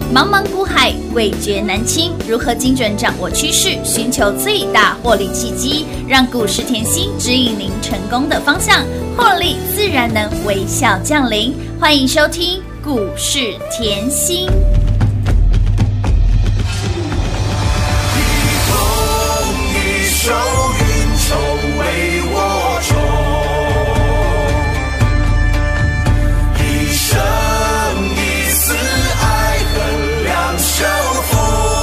茫茫股海，味觉难清。如何精准掌握趋势，寻求最大获利契机，让股市甜心指引您成功的方向，获利自然能微笑降临。欢迎收听股市甜心。 手运筹为我筹，一生一死爱恨两手负，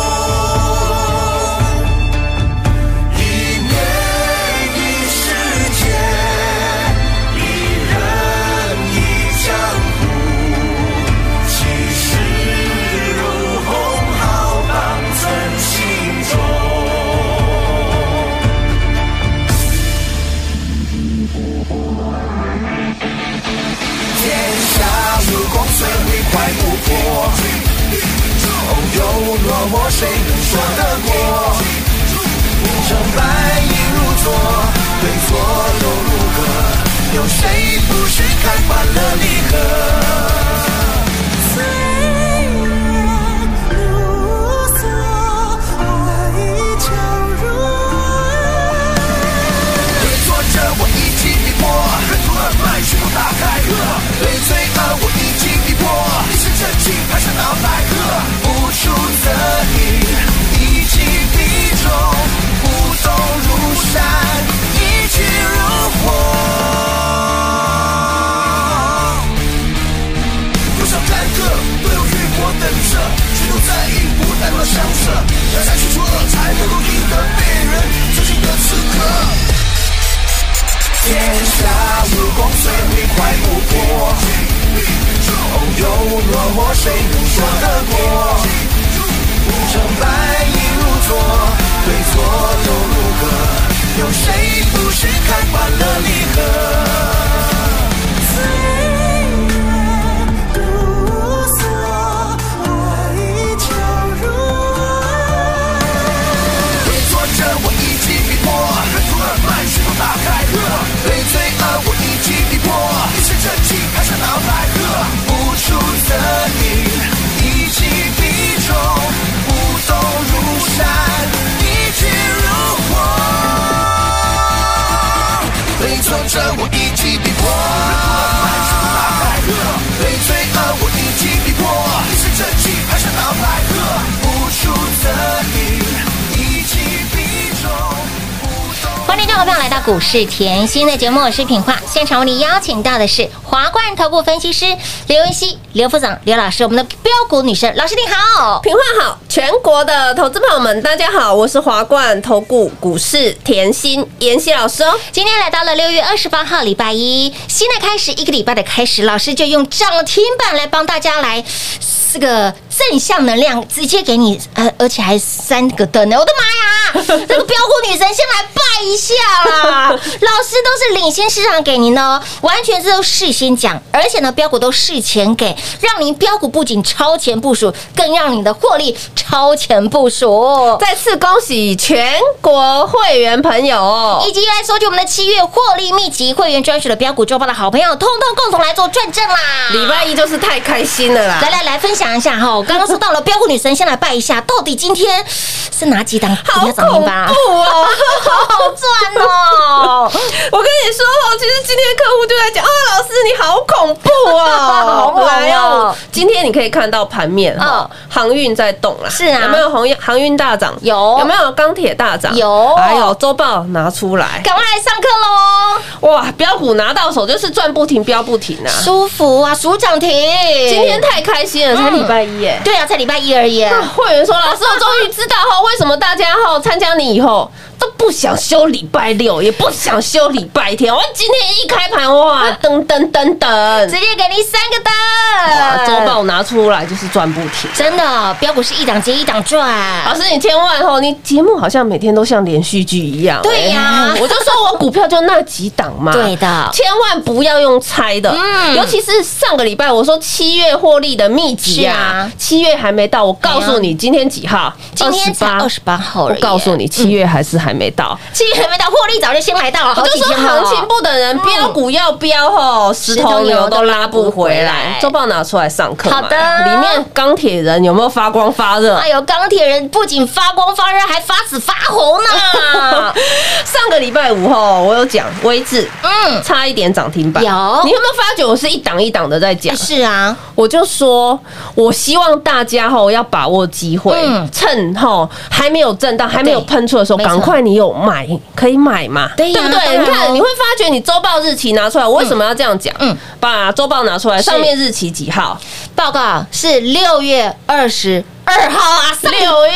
一年一世界，一人一江湖，气势如虹，浩荡存心中。如光虽会快不过，有落寞谁能说得过？成败亦如昨，对错又如何？有谁不是看惯了离合？岁月如梭，爱悄如对挫折我一击必破，任督二脉全部打开。对罪恶我一击必破，一时震惊排山倒海河，不出则已，一击必中，不动如山，一击如火。多少战客都有浴火等着，举头在意不代表强者，要采取出恶才能够赢得别人尊敬的刺客。天下如光虽会快不过，有落寞谁能说得过？成败亦如昨，对错又如何？有谁不是看惯了离合？岁月如梭，爱悄如对挫折我一击必破，任督二脉全部打开。对罪恶我一击必破，一时震惊排山倒海河，不出则已，一击必中，不动如山，一击如火。对挫折我一击必破，对罪恶我一击必破，一时震惊排山倒海河，不出则已，一击必中。 欢迎各位朋友来到股市甜心的节目，我是品化。现场为你邀请到的是华冠投顾分析师刘文熙、刘副总、刘老师，我们的标股女神。老师你好， 品化好，全国的投资朋友们大家好，我是华冠投顾股市甜心妍希老师哦。 今天来到了6月28号礼拜一，新的开始，一个礼拜的开始，老师就用涨停板来帮大家来这个正向能量，直接给你而且还3个灯呢！我的妈呀，这个标股女神先来拜一下啦！老师都是领先市场给您呢，完全是都事先讲，而且呢标股都事前给，让您标股不仅超前部署，更让你的获利超前部署。 再次恭喜全国会员朋友， 以及来收取我们的7月获利秘籍会员专属的标股周报的好朋友，通通共同来做转正啦！ 礼拜一就是太开心了啦！ 来分享一下哈，我刚刚说到了标股女神，先来拜一下，到底今天是哪几档股票涨停板？ 好恐怖哦， 好赚哦！ 我跟你说哦，其实今天客户就在讲，老师你好恐怖好猛哦来哦，今天你可以看到盘面航运在动啦， 是啊， 有没有航运大涨？ 有没有钢铁大涨？ 有， 还有周报拿出来， 赶快来上课喽！ 哇，标股拿到手就是赚不停，标不停啊， 舒服啊，数涨停！ 今天太开心了，才礼拜一耶！ 对啊，才礼拜一而已。 会员说，老师，我终于知道为什么大家参加你以后都不想休礼拜六，也不想休礼拜天。我今天一开盘，哇，噔， 直接给你3个灯， 周报拿出来就是赚不停， 真的，标股是一档接一档赚。 老师，你千万你节目好像每天都像连续剧一样。 对呀， 我就说我股票就那几档嘛。 对的， 千万不要用猜的。尤其是上个礼拜我说7月获利的秘籍啊，7月还没到，我告诉你今天几号？ 今天才28号而已。 我告诉你，7月还是还没到， 获利早就先来到了， 我就说行情不等人，标股要标吼，石头牛都拉不回来。周报拿出来上课， 好的， 里面钢铁人有没有发光发热？ 哎呦，钢铁人不仅发光发热，还发紫发红呢。 上个礼拜五吼，我有讲威致，差一点涨停板。 有， 你有没有发觉我是一档一档的在讲？ 是啊， 我就说，我希望大家吼要把握机会，趁吼还没有震荡、还没有喷出的时候，赶快你有买可以买嘛，对不对？你看你会发觉，你周报日期拿出来，我为什么要这样讲？把周报拿出来，上面日期几号？ 报告是6月22号啊 ，6月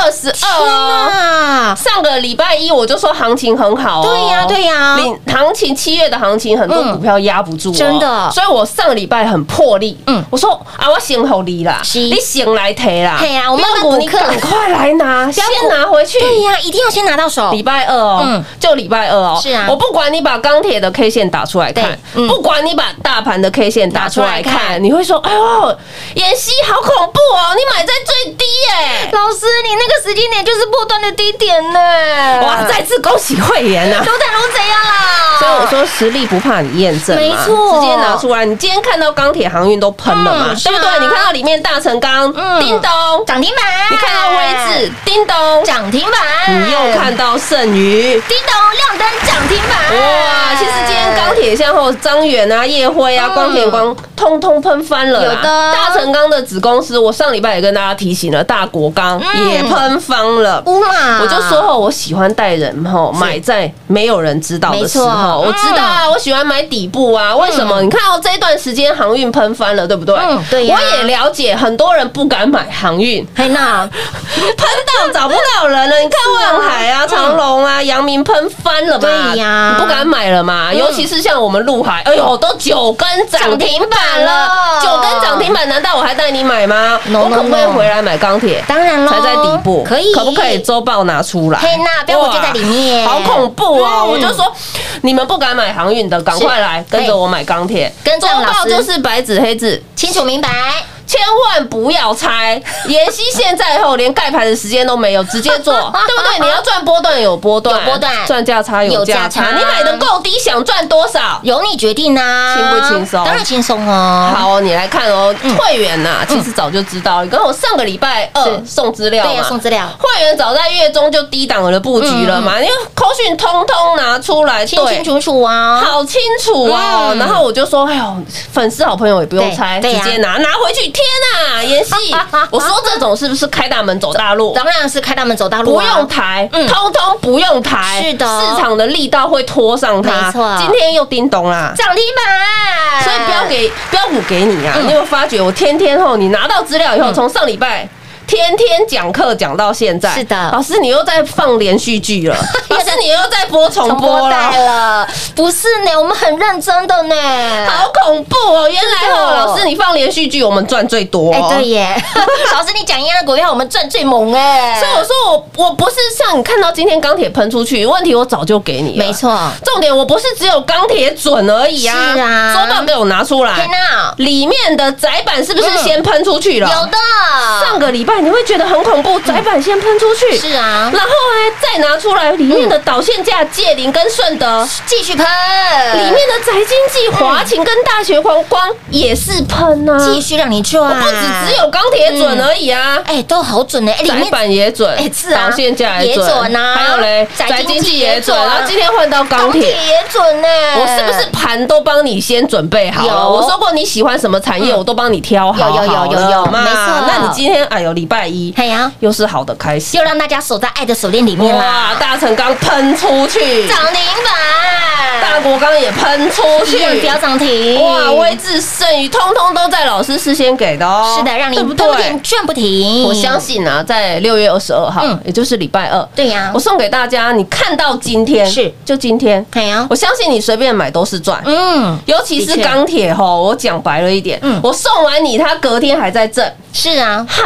22哦。上个礼拜一我就说行情很好哦， 对呀， 行情7月的行情很多股票压不住， 真的， 所以我上个礼拜很破例，我说啊，我先吼你啦，你先来提啦， 对呀，我们股你赶快来拿，先拿回去， 对呀，一定要先拿到手。 礼拜2哦，就礼拜2哦， 是啊， 我不管你把钢铁的 K 线打出来看，不管你把大盘的 K 线打出来看，你会说，哎呦，妍希好恐怖哦，你买在最低耶， 老师，你那个时间点就是波段的低点呢。 哇，再次恭喜会员啊！ 都等如怎样啦？ 所以我说实力不怕你验证嘛， 没错， 直接拿出来。你今天看到钢铁航运都喷了嘛，对不对？你看到里面大成钢，叮咚涨停板； 你看到威致，叮咚涨停板； 你又看到盛余， 叮咚亮灯涨停板。 哇，其实今天钢铁像后张远啊、业辉啊、光田光，通通喷翻了。有的大成钢的子公司，我上礼拜也跟大家提醒了，大国钢也喷翻了。我就说后，我喜欢带人后买在没有人知道的时候。我知道啊，我喜欢买底部啊。为什么？你看到这一段时间航运喷翻了，对不对？ 对呀。 我也了解，很多人不敢买航运， 那喷到找不到人了。你看万海啊、长荣啊、阳明喷翻了嘛？ 对呀， 不敢买了嘛。尤其是像我们陆海，哎呦，都9根涨停板了，9根涨停板，难道我还带你买吗？我可不可以回来买钢铁？ 当然了， 才在底部， 可以， 可不可以周报拿出来？ 嘿，那标股就在里面， 好恐怖哦！我就说，你们不敢买航运的，赶快来跟着我买钢铁。 跟周报就是白纸黑字， 清楚明白。 千万不要猜，妍希现在后连盖牌的时间都没有，直接做，对不对？你要赚波段有波段，赚价差有价差，你买的够低，想赚多少由你决定啊， 轻不轻松？ 当然轻松哦。 好，你来看哦，会员呐，其实早就知道，你跟我上个礼拜2送资料嘛， 对呀，送资料， 会员早在月中就低档的布局了嘛，因为扣讯通通拿出来， 清清楚楚啊， 好清楚哦。然后我就说，哎呦，粉丝好朋友也不用猜，直接拿回去。天哪，妍希，我说这种是不是开大门走大路？ 当然是开大门走大路， 不用抬，通通不用抬。 是的， 市场的力道会拖上它。 没错， 今天又叮咚啦， 涨停板。 所以标股给你啊，你有没有发觉我天天后，你拿到资料以后，从上礼拜。天天讲课讲到现在， 是的， 老师你又在放连续剧了，老师你又在播重播了，不是呢，我们很认真的呢， 好恐怖哦！原来哦，老师你放连续剧，我们赚最多， 哎，对耶，老师你讲一样的股票，我们赚最猛哎， 所以我说我不是像你看到今天钢铁喷出去，问题我早就给你了， 没错， 重点我不是只有钢铁准而已啊， 是啊， 周报给我拿出来，里面的载板是不是先喷出去了？ 有的， 上个礼拜。你会觉得很恐怖，载板先喷出去， 是啊， 然后呢再拿出来里面的导线架界霖跟顺德继续喷， 里面的宅经济、华勤跟大学光也是喷啊， 继续让你赚， 不只有钢铁准而已啊， 哎，都好准呢， 载板也准，导线架也准啊， 还有嘞宅经济也准，然后今天换到钢铁也准呢， 我是不是盘都帮你先准备好了？我说过你喜欢什么产业，我都帮你挑好， 有，没错。 那你今天哎呦礼拜一，又是好的开始， 又让大家守在爱的锁链里面啦！ 哇，大成钢喷出去， 涨停板， 大国钢也喷出去， 飙涨停， 哇，威致盛余通通都在老师事先给的哦。 是的，让你不停赚不停。 我相信啊，在6月22号，也就是礼拜2， 对呀， 我送给大家，你看到今天就今天， 对呀， 我相信你随便买都是赚，尤其是钢铁吼，我讲白了一点，我送完你，它隔天还在震。 是啊， 还在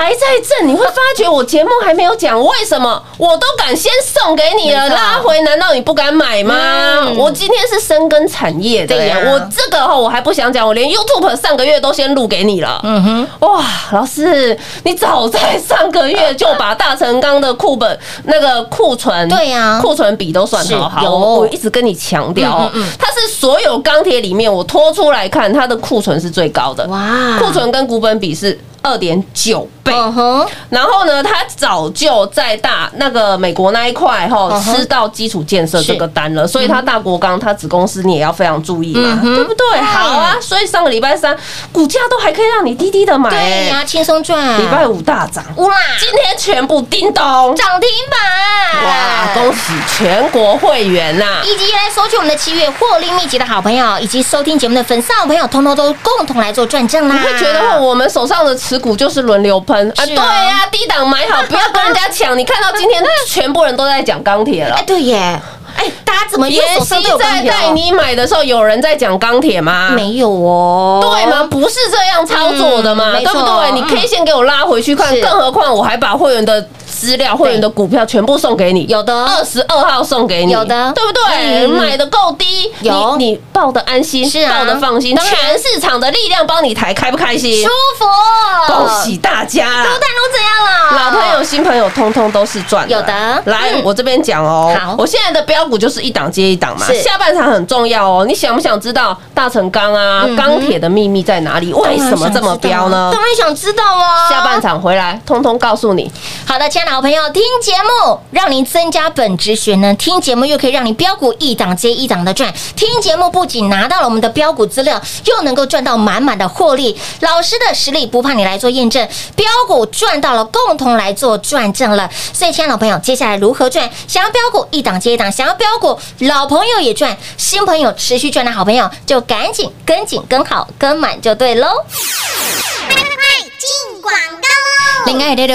震，你会发觉我节目还没有讲为什么，我都敢先送给你了，拉回难道你不敢买吗？我今天是深耕产业的耶，我这个我还不想讲，我连 YouTube 上个月都先录给你了。哇，老师，你早在上个月就把大成钢的库存， 对呀， 库存比都算好，我一直跟你强调，它是所有钢铁里面我拖出来看，它的库存是最高的。哇，库存跟股本比是2.9倍，然后呢，他早就在那个美国那一块吃到基础建设这个单了，所以他大国钢他子公司你也要非常注意嘛，对不对？好啊，所以上个礼拜3股价都还可以让你低低的买， 对呀，轻松赚。 礼拜5大涨，哇！今天全部叮咚涨停板， 哇！恭喜全国会员呐， 以及来索取我们的7月获利秘籍的好朋友，以及收听节目的粉丝好朋友，通通都共同来做转正啦。 你会觉得我们手上的持股就是轮流喷啊？对呀，低档买好，不要跟人家抢。你看到今天全部人都在讲钢铁了， 对耶。大家怎么妍希在带你买的时候，有人在讲钢铁吗？ 没有哦， 对吗？不是这样操作的嘛，对不对？你 K 线给我拉回去看，更何况我还把会员的资料、会员的股票全部送给你， 有的 22号送给你， 有的， 对不对？买的够低，你抱的安心，抱的放心，全市场的力量帮你抬，开不开心？ 舒服， 恭喜大家！ 都怎样了？ 老朋友、新朋友，通通都是赚的。 有的， 来，我这边讲哦。好，我现在的标股就是一档接一档嘛，下半场很重要哦。你想不想知道大成钢啊、钢铁的秘密在哪里？为什么这么标呢？ 当然想知道啊！ 下半场回来，通通告诉你。 好的，亲爱的好朋友，听节目让您增加本职学能，听节目又可以让你标股一档接一档的赚。听节目不仅拿到了我们的标股资料，又能够赚到满满的获利。老师的实力不怕你来做验证，标股赚到了，共同来做转正了。所以，亲爱的好朋友，接下来如何赚？想要标股一档接一档，想要标股老朋友也赚，新朋友持续赚的好朋友，就赶紧跟紧、跟好、跟满就对喽。进广告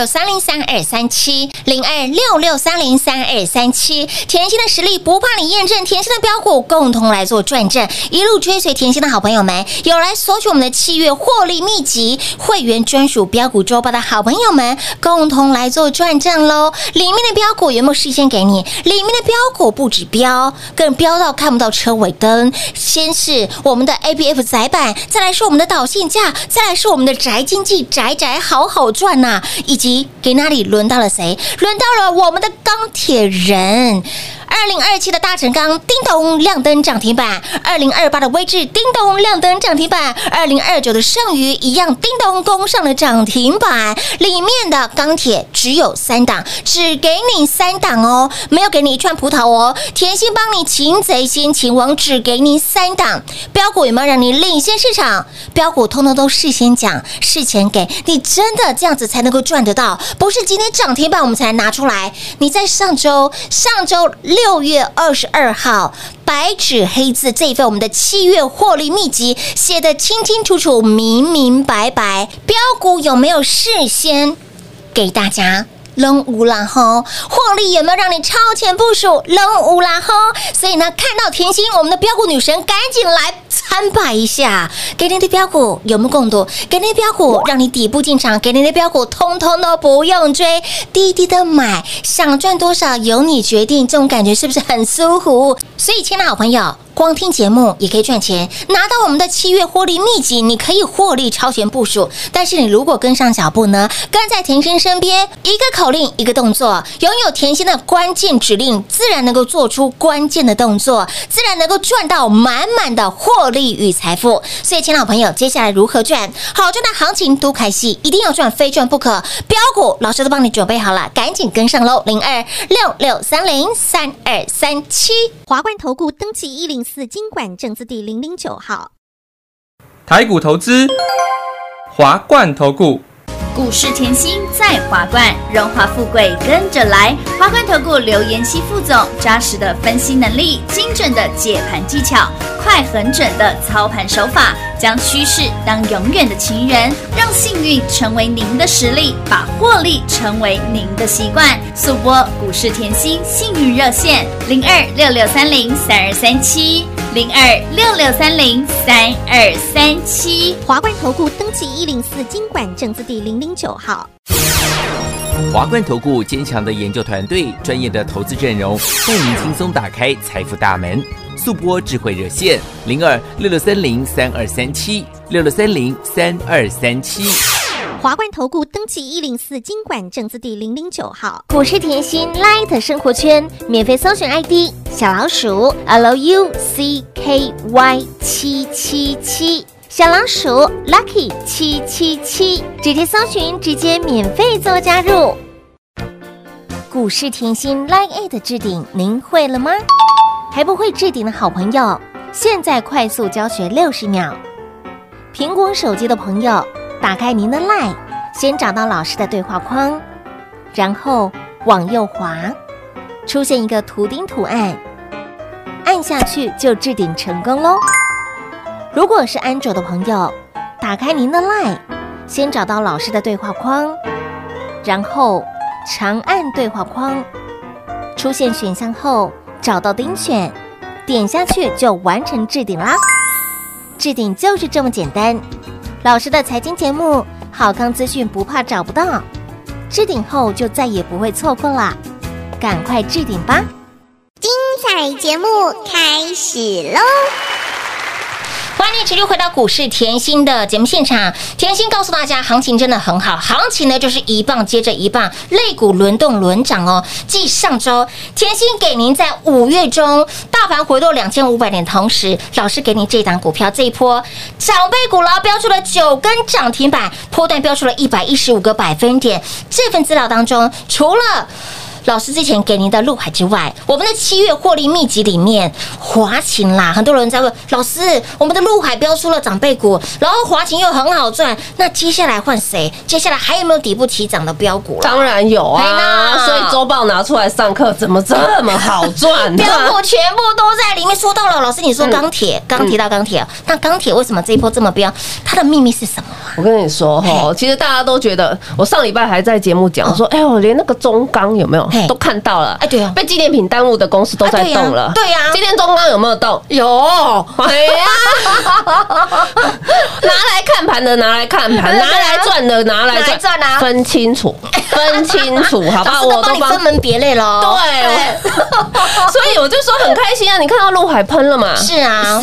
0266303237，0266303237，甜心的实力不怕你验证，甜心的标股共同来做转正，一路追随甜心的好朋友们，有来索取我们的7月获利秘籍会员专属标股周报的好朋友们，共同来做转正喽。里面的标股有没有事先给你？里面的标股不止标，更标到看不到车尾灯。先是我们的 ABF 载板，再来是我们的导线架，再来是我们的宅经济，宅好好赚呐、以及给哪里轮到了谁？轮到了我们的钢铁人。2027的大成钢叮咚亮灯涨停板，2028的威致叮咚亮灯涨停板，2029的盛余一样叮咚攻上了涨停板。里面的钢铁只有3档，只给你3档哦，没有给你一串葡萄哦。甜心帮你擒贼先擒王，只给你3档。标股有没有让你领先市场？标股通通都事先讲，事前给你，真的这样子才能够赚得到，不是今天涨停板我们才拿出来。你在上周6月22号白纸黑字这一份我们的7月获利秘籍写得清清楚楚、明明白白，标股有没有事先给大家？扔无啦吼，获利有没有让你超前部署？扔无啦吼，所以呢，看到甜心，我们的标股女神赶紧来参拜一下，给你的标股有没有共读？给你的标股让你底部进场，给你的标股通通都不用追，低低的买，想赚多少由你决定，这种感觉是不是很舒服？所以，亲爱的好朋友，光听节目也可以赚钱，拿到我们的7月获利秘籍，你可以获利超前部署。但是你如果跟上脚步呢，跟在甜心身边，一个口令一个动作，拥有甜心的关键指令，自然能够做出关键的动作，自然能够赚到满满的获利与财富。所以，亲爱的朋友，接下来如何赚？好赚的行情都开戏，一定要赚，非赚不可。标股老师都帮你准备好了，赶紧跟上喽！0266303237， 华冠投顾登记104金管证字第009号。 台股投资，华冠投顾。 股市甜心在华冠，荣华富贵跟着来。华冠投顾刘妍希副总，扎实的分析能力，精准的解盘技巧，快很准的操盘手法，将趋势当永远的情人，让幸运成为您的实力，把获利成为您的习惯。速播股市甜心幸运热线0266303237，0266303237。 华冠投顾登记104金管证字第009号。 华冠投顾坚强的研究团队，专业的投资阵容，带您轻松打开财富大门。速播智慧热线02-6630-3237，6630-3237。 华冠投顾登记104金管证字第009号。 股市甜心 Light 生活圈免费搜寻 ID 小老鼠 LUCKY777，小老鼠 Lucky 777，直接搜寻，直接免费做加入。股市甜心 Light 的置顶，您会了吗？还不会置顶的好朋友，现在快速教学60秒。苹果手机的朋友，打开您的 LINE， 先找到老师的对话框，然后往右滑，出现一个图钉图案，按下去就置顶成功咯。如果是安卓的朋友，打开您的 LINE， 先找到老师的对话框，然后长按对话框，出现选项后找到钉选，点下去就完成置顶啦。置顶就是这么简单。老师的财经节目，好康资讯不怕找不到，置顶后就再也不会错过啦，赶快置顶吧！ 彩节目开始喽！ 欢迎持续回到股市甜心的节目现场。甜心告诉大家，行情真的很好，行情呢就是一棒接着一棒，类股轮动轮涨哦。继上周甜心给您在5月中大盘回落2500点同时，老师给您这档股票这一波长辈股了，标出了9根涨停板，波段标出了115个百分点。这份资料当中，除了老师之前给您的陆海之外，我们的7月获利秘籍里面，华勤啦，很多人在问老师，我们的陆海标出了长辈股，然后华勤又很好赚，那接下来换谁？接下来还有没有底部起涨的标股了？ 当然有啊，所以周报拿出来上课，怎么这么好赚？ 标股全部都在里面。说到了，老师你说钢铁，刚提到钢铁，那钢铁为什么这一波这么飙？它的秘密是什么？ 我跟你说哈，其实大家都觉得，我上礼拜还在节目讲说，哎，我连那个中钢有没有？都看到了， 哎，对啊， 被纪念品耽误的公司都在动了， 对呀。 今天中钢有没有动？ 有， 哎呀，拿来看盘的拿来看盘，拿来赚的拿来赚啊，分清楚，分清楚，好不好？ 我都帮你分门别类了， 对，所以我就说很开心啊！你看到陆海喷了嘛？ 是啊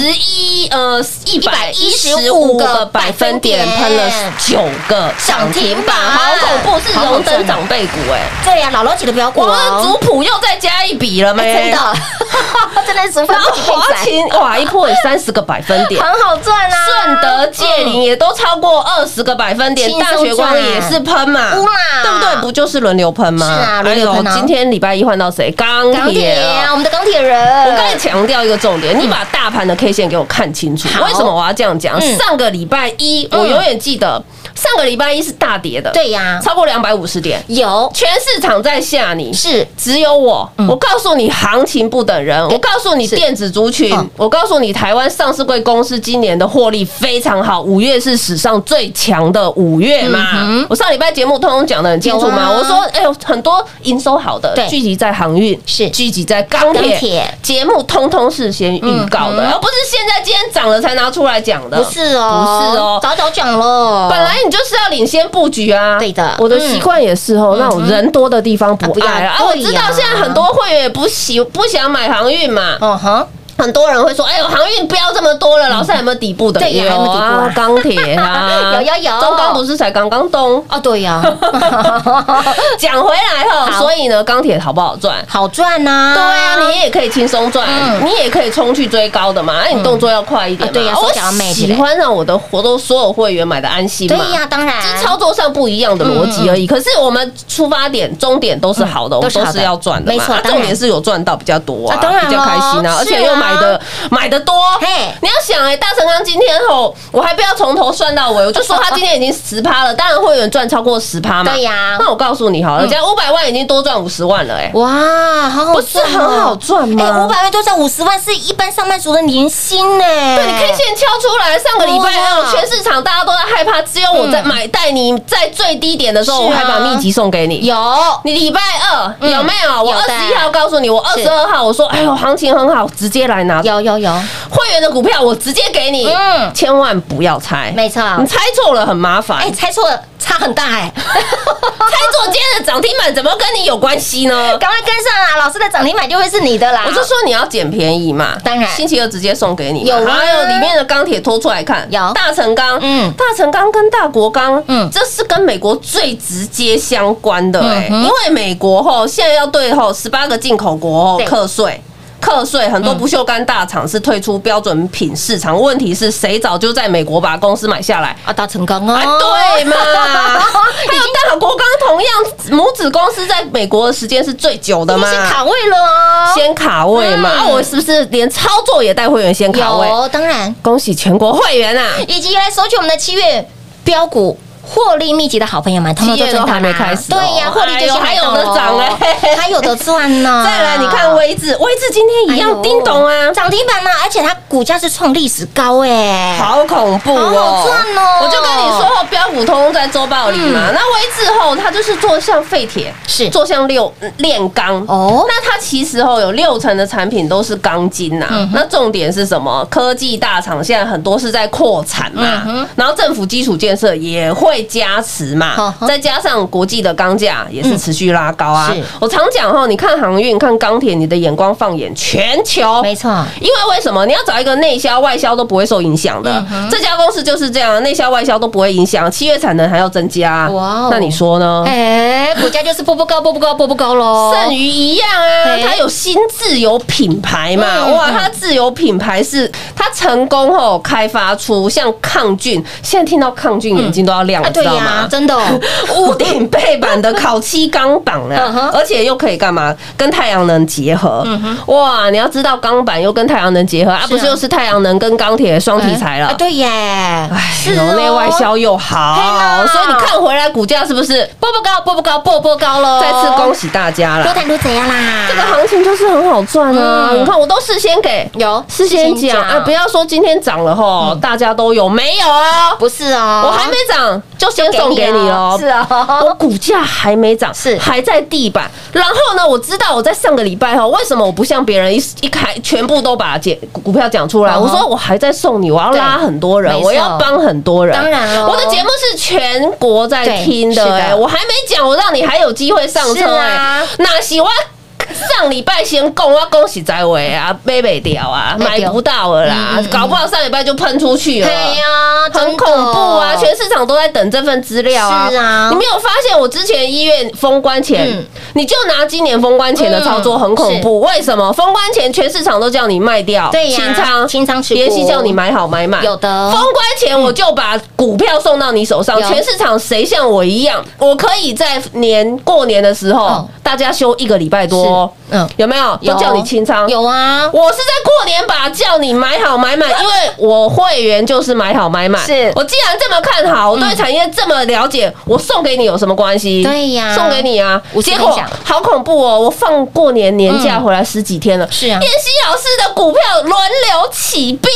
，115个百分点，喷了9个涨停板，好恐怖，是荣登长辈股哎， 对呀，姥姥级的标股哦。 族谱又再加一笔了没？ 真的，真的是族谱。 然后华勤哇，一波也30个百分点， 很好赚啊。 顺德、界岭也都超过20个百分点，大学光也是喷嘛，对不对？不就是轮流喷吗？ 是啊，轮流喷啊。 今天礼拜一换到谁？钢铁啊， 我们的钢铁人。 我刚才强调一个重点，你把大盘的 K 线给我看清楚。为什么我要这样讲？上个礼拜一，我永远记得。上个礼拜一是大跌的， 对呀， 超过250点， 有全市场在吓你， 是只有我。我告诉你，行情不等人。我告诉你，电子族群，我告诉你，台湾上市柜公司今年的获利非常好，5月是史上最强的5月嘛。我上礼拜节目通通讲得很清楚嘛。我说，哎呦，很多营收好的聚集在航运， 是聚集在钢铁，节目通通是先预告的，而不是现在今天涨了才拿出来讲的。 不是哦， 不是哦， 早早讲了， 本来你就是要领先布局啊。 对的， 我的习惯也是哦，那种人多的地方不爱啊。我知道现在很多会员也不想买航运嘛。很多人会说：“哎呦，航运不要这么多了，老师有没有底部的？ 对呀，有啊， 钢铁啊， 有， 中钢不是才刚刚动哦？对呀。 讲回来哈，所以呢，钢铁好不好赚？ 好赚呐！ 对啊，你也可以轻松赚，你也可以冲去追高的嘛。那你动作要快一点嘛。 对呀， 我喜欢让我的所有会员买的安心嘛。 对呀，当然， 只是操作上不一样的逻辑而已。可是我们出发点、终点都是好的，我们都是要赚的嘛。没错，重点是有赚到比较多啊，比较开心啊，而且又买的多，你要想大成钢今天后我还不要从头算到尾，我就说他今天已经10%了，当然会员赚超过10%嘛。 对呀， 那我告诉你好了，人家500万已经多赚50万了， 哇，好好赚， 不是很好赚吗 ？500万多赚50万是一般上班族的年薪呢。 对，你 K 线敲出来，上个礼拜全市场大家都在害怕，只有我在带你在最低点的时候，我还把秘籍送给你。 有， 你礼拜2有没有？我21号告诉你，我22号我说，哎呦，行情很好，直接来拿。 有会员的股票我直接给你，千万不要猜， 没错， 你猜错了很麻烦， 猜错了差很大猜错今天的涨停板怎么跟你有关系呢？ 赶快跟上啦！老师的涨停板就会是你的啦。 我就说你要捡便宜嘛， 当然星期二直接送给你。 有啊， 还有里面的钢铁拖出来看， 有大成钢，大成钢跟大国钢，这是跟美国最直接相关的因为美国现在要对18个进口国课税，很多不锈钢大厂是退出标准品市场。问题是谁早就在美国把公司买下来啊？大成钢哦， 对嘛？还有大国钢同样母子公司在美国的时间是最久的嘛？ 先卡位了哦， 先卡位嘛。我是不是连操作也带会员先卡位？ 有，当然， 恭喜全国会员啊！ 以及来索取我们的7月标股获利秘籍的好朋友们，他们都还没开始， 对呀，获利就还有的涨还有的赚呢。 再来，你看威致今天一样叮咚啊， 涨停板呢，而且它股价是创历史高好恐怖哦， 好赚哦！ 我就跟你说标股通通在周报里嘛。那威致它就是做像废铁， 是做像炼钢哦。那它其实有60%的产品都是钢筋呐。那重点是什么？科技大厂现在很多是在扩产嘛，然后政府基础建设也会加持嘛，再加上国际的钢价也是持续拉高啊。我常讲你看航运、看钢铁，你的眼光放眼全球， 没错。 因为什么？你要找一个内销外销都不会受影响的，这家公司就是这样，内销外销都不会影响，7月产能还要增加。哇，那你说呢？ 股价就是波波高喽。 剩余一样啊，它有新自有品牌嘛？哇，它自有品牌是它成功开发出像抗菌，现在听到抗菌眼睛都要亮了，知道吗？ 真的， 屋顶背板的烤漆钢板啊，而且又可以干嘛？跟太阳能结合。哇，你要知道钢板又跟太阳能结合不是又是太阳能跟钢铁的双题材了？ 对耶， 是内外销又好，所以你看回来股价是不是波波高喽？ 再次恭喜大家了， 多谈多怎样啦？ 这个行情就是很好赚啊！你看我都事先给，事先讲不要说今天涨了大家都有没有啊？ 不是哦， 我还没涨就先送给你哦。是啊，我股价还没涨，还在地板。然后呢，我知道我在上个礼拜为什么我不像别人一开全部都把股票讲出来？我说我还在送你，我要拉很多人，我要帮很多人。当然了，我的节目是全国在听的，我还没讲，我让你还有机会上车哪喜欢？上礼拜先供，我恭喜在位啊，买不掉啊，买不到了啦，搞不好上礼拜就喷出去了。对呀，很恐怖啊！全市场都在等这份资料啊。是啊，你没有发现我之前1月封关前，你就拿今年封关前的操作很恐怖。为什么？封关前全市场都叫你卖掉，对呀，清仓持股，联系叫你买好买满。有的，封关前我就把股票送到你手上，全市场谁像我一样？我可以在过年的时候，大家休1个礼拜多。有没有都叫你清仓？有啊，我是在过年把叫你买好买满，因为我会员就是买好买满。是我既然这么看好，我对产业这么了解，我送给你有什么关系？对呀，送给你啊。结果好恐怖哦！我放过年年假回来10几天了，是啊，妍希老师的股票轮流起标，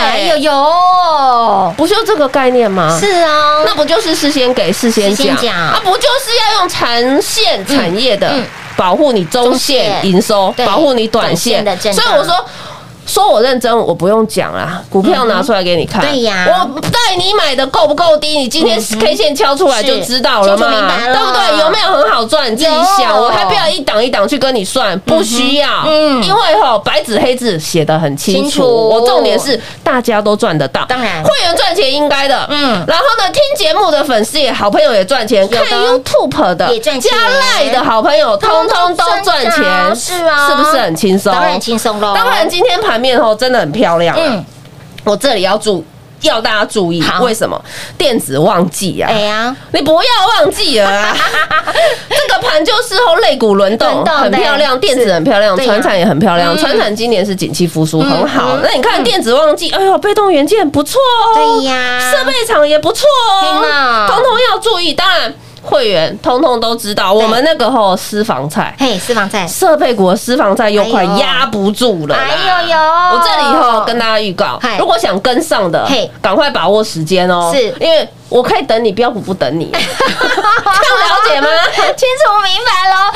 不就这个概念吗？是啊，那不就是事先给事先讲啊？不就是要用长线产业的？保护你中线营收，保护你短线的震荡。所以我说我认真，我不用讲啦，股票拿出来给你看。对呀，我带你买的够不够低？你今天 K 线敲出来就知道了嘛，对不对？有没有很好赚？你自己想，我还不要一档一档去跟你算，不需要，因为白纸黑字写得很清楚。我重点是大家都赚得到，当然会员赚钱应该的。然后呢，听节目的粉丝也好朋友也赚钱，看 YouTube 的加赖的好朋友，通通都赚钱，是啊，是不是很轻松？当然轻松喽。当然今天盘面真的很漂亮我这里要大家注意，为什么电子旺季啊？你不要忘记了啊！这个盘就是类股轮动，很漂亮，电子很漂亮，传产也很漂亮。传产今年是景气复苏，很好。那你看电子旺季，哎呦，被动元件不错哦，对呀，设备厂也不错哦，通通要注意。当然。会员通通都知道，我们那个私房菜，私房菜设备股的私房菜又快压不住了。我这里跟大家预告，如果想跟上的，赶快把握时间哦，是因为我可以等你，标股不等你，这样了解吗？ 清楚明白喽。行情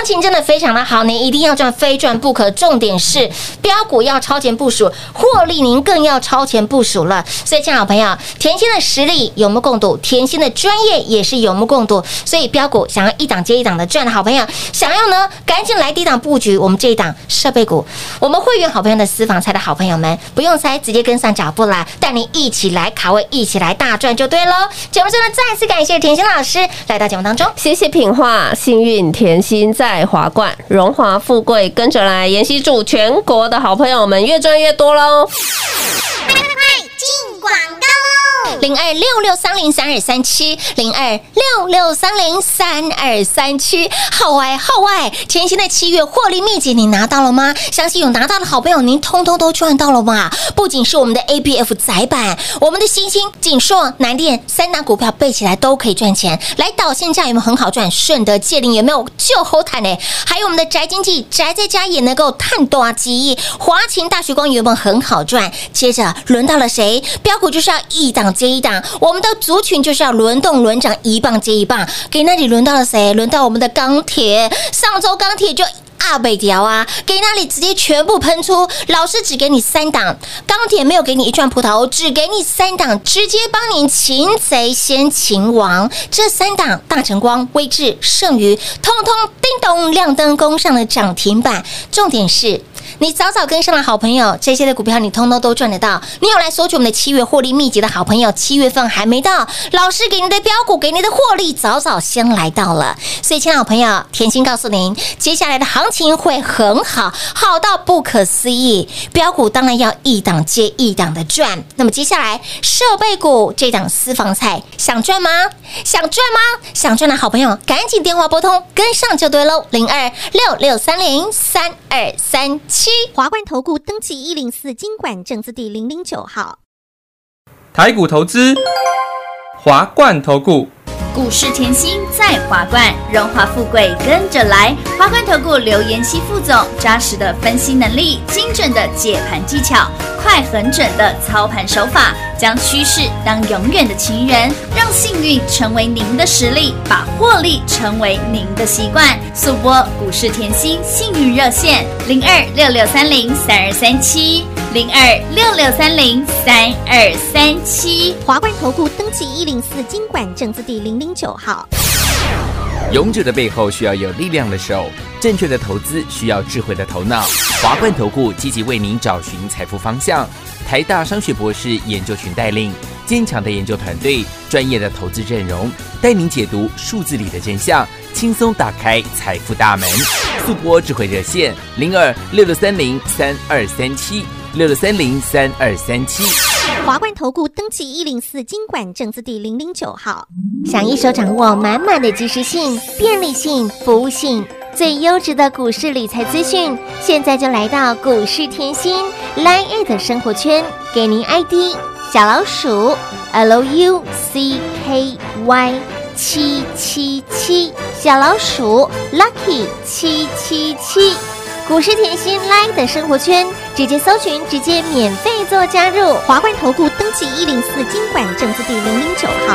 情真的非常的好，您一定要赚，非赚不可。重点是标股要超前部署，获利您更要超前部署了。所以，亲爱的朋友，甜心的实力有目共睹，甜心的专业也是有目共睹。所以，标股想要一档接一档的赚的好朋友，想要呢赶紧来低档布局我们这一档设备股。我们会员好朋友的私房菜的好朋友们，不用猜，直接跟上脚步啦，带你一起来卡位，一起来大赚就对喽。节目中呢，再次感谢甜心老师来到节目当中， 谢谢品画，幸运甜心在华冠，荣华富贵跟着来。妍希祝全国的好朋友们越赚越多喽！ 快进广告喽 ！0266303237，0266303237，好爱好爱！甜心的7月获利秘籍你拿到了吗？相信有拿到的好朋友，您通通都赚到了吧？不仅是我们的 ABF 载板，我们的新兴、锦硕、南电3档股票背起来都可以赚钱。来导线价有没有很好赚？顺德、界林有没有就好谈呢？还有我们的宅经济，宅在家也能够探多记忆。华勤、大学光有没有很好赚？接着轮到了谁？标股就是要一档接一档，我们的族群就是要轮动轮涨，一棒接一棒。给那里轮到了谁？轮到我们的钢铁，上周钢铁就阿北条啊，给那里直接全部喷出。老师只给你3档，钢铁没有给你一串葡萄，只给你3档，直接帮你擒贼先擒王。这3档大成光、威致、盛宇，通通叮咚亮灯攻上了涨停板。重点是，你早早跟上了好朋友，这些的股票你通通都赚得到。你有来索取我们的7月获利秘籍的好朋友，7月份还没到，老师给你的标股，给你的获利早早先来到了。所以，亲爱的朋友，甜心告诉您，接下来的行情会很好，好到不可思议。标股当然要一档接一档的赚。那么接下来设备股这档私房菜，想赚吗？想赚吗？想赚的好朋友，赶紧电话拨通，跟上就对喽。0266303237。 华冠投顾登记104金管证字第009号。 台股投资，华冠投顾。 股市甜心在华冠，荣华富贵跟着来。华冠投顾刘妍希副总，扎实的分析能力，精准的解盘技巧，快很准的操盘手法，将趋势当永远的情人，让幸运成为您的实力，把获利成为您的习惯。速播股市甜心幸运热线0266303237，0266303237。 华冠投顾登记104金管证字第009号。 勇者的背后需要有力量的手，正确的投资需要智慧的头脑。华冠投顾积极为您找寻财富方向，台大商学博士研究群带领，坚强的研究团队，专业的投资阵容，带您解读数字里的真相，轻松打开财富大门。速播智慧热线0266303237，66303237。 华冠投顾登记104金管证字第009号。 想一手掌握满满的及时性、便利性、服务性，最优质的股市理财资讯，现在就来到股市甜心 LINE@ 的生活圈，给您 ID 小老鼠 LUCKY777，小老鼠 Lucky 777。股市甜心 LINE 的生活圈，直接搜寻，直接免费做加入。 华冠投顾登记104金管证字第009号。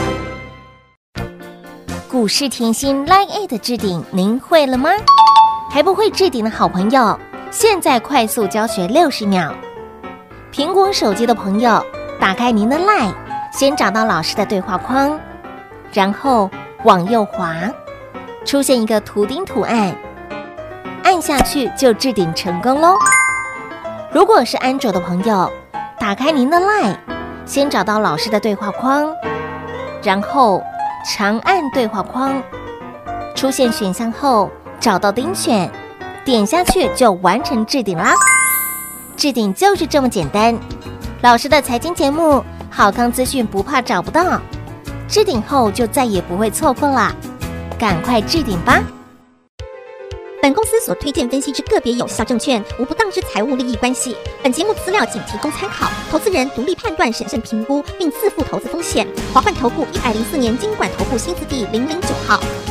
股市甜心 LINE@ 的置顶，您会了吗？还不会置顶的好朋友，现在快速教学60秒。苹果手机的朋友，打开您的 LINE， 先找到老师的对话框，然后往右滑，出现一个图钉图案，按下去就置顶成功咯。如果是安卓的朋友，打开您的 LINE， 先找到老师的对话框，然后长按对话框，出现选项后找到钉选，点下去就完成置顶啦。置顶就是这么简单，老师的财经节目好康资讯不怕找不到，置顶后就再也不会错过啦，赶快置顶吧。 本公司所推荐分析之个别有效证券，无不当之财务利益关系。本节目资料仅提供参考，投资人独立判断、审慎评估，并自负投资风险。华冠投顾104年金管投顾新字第009号。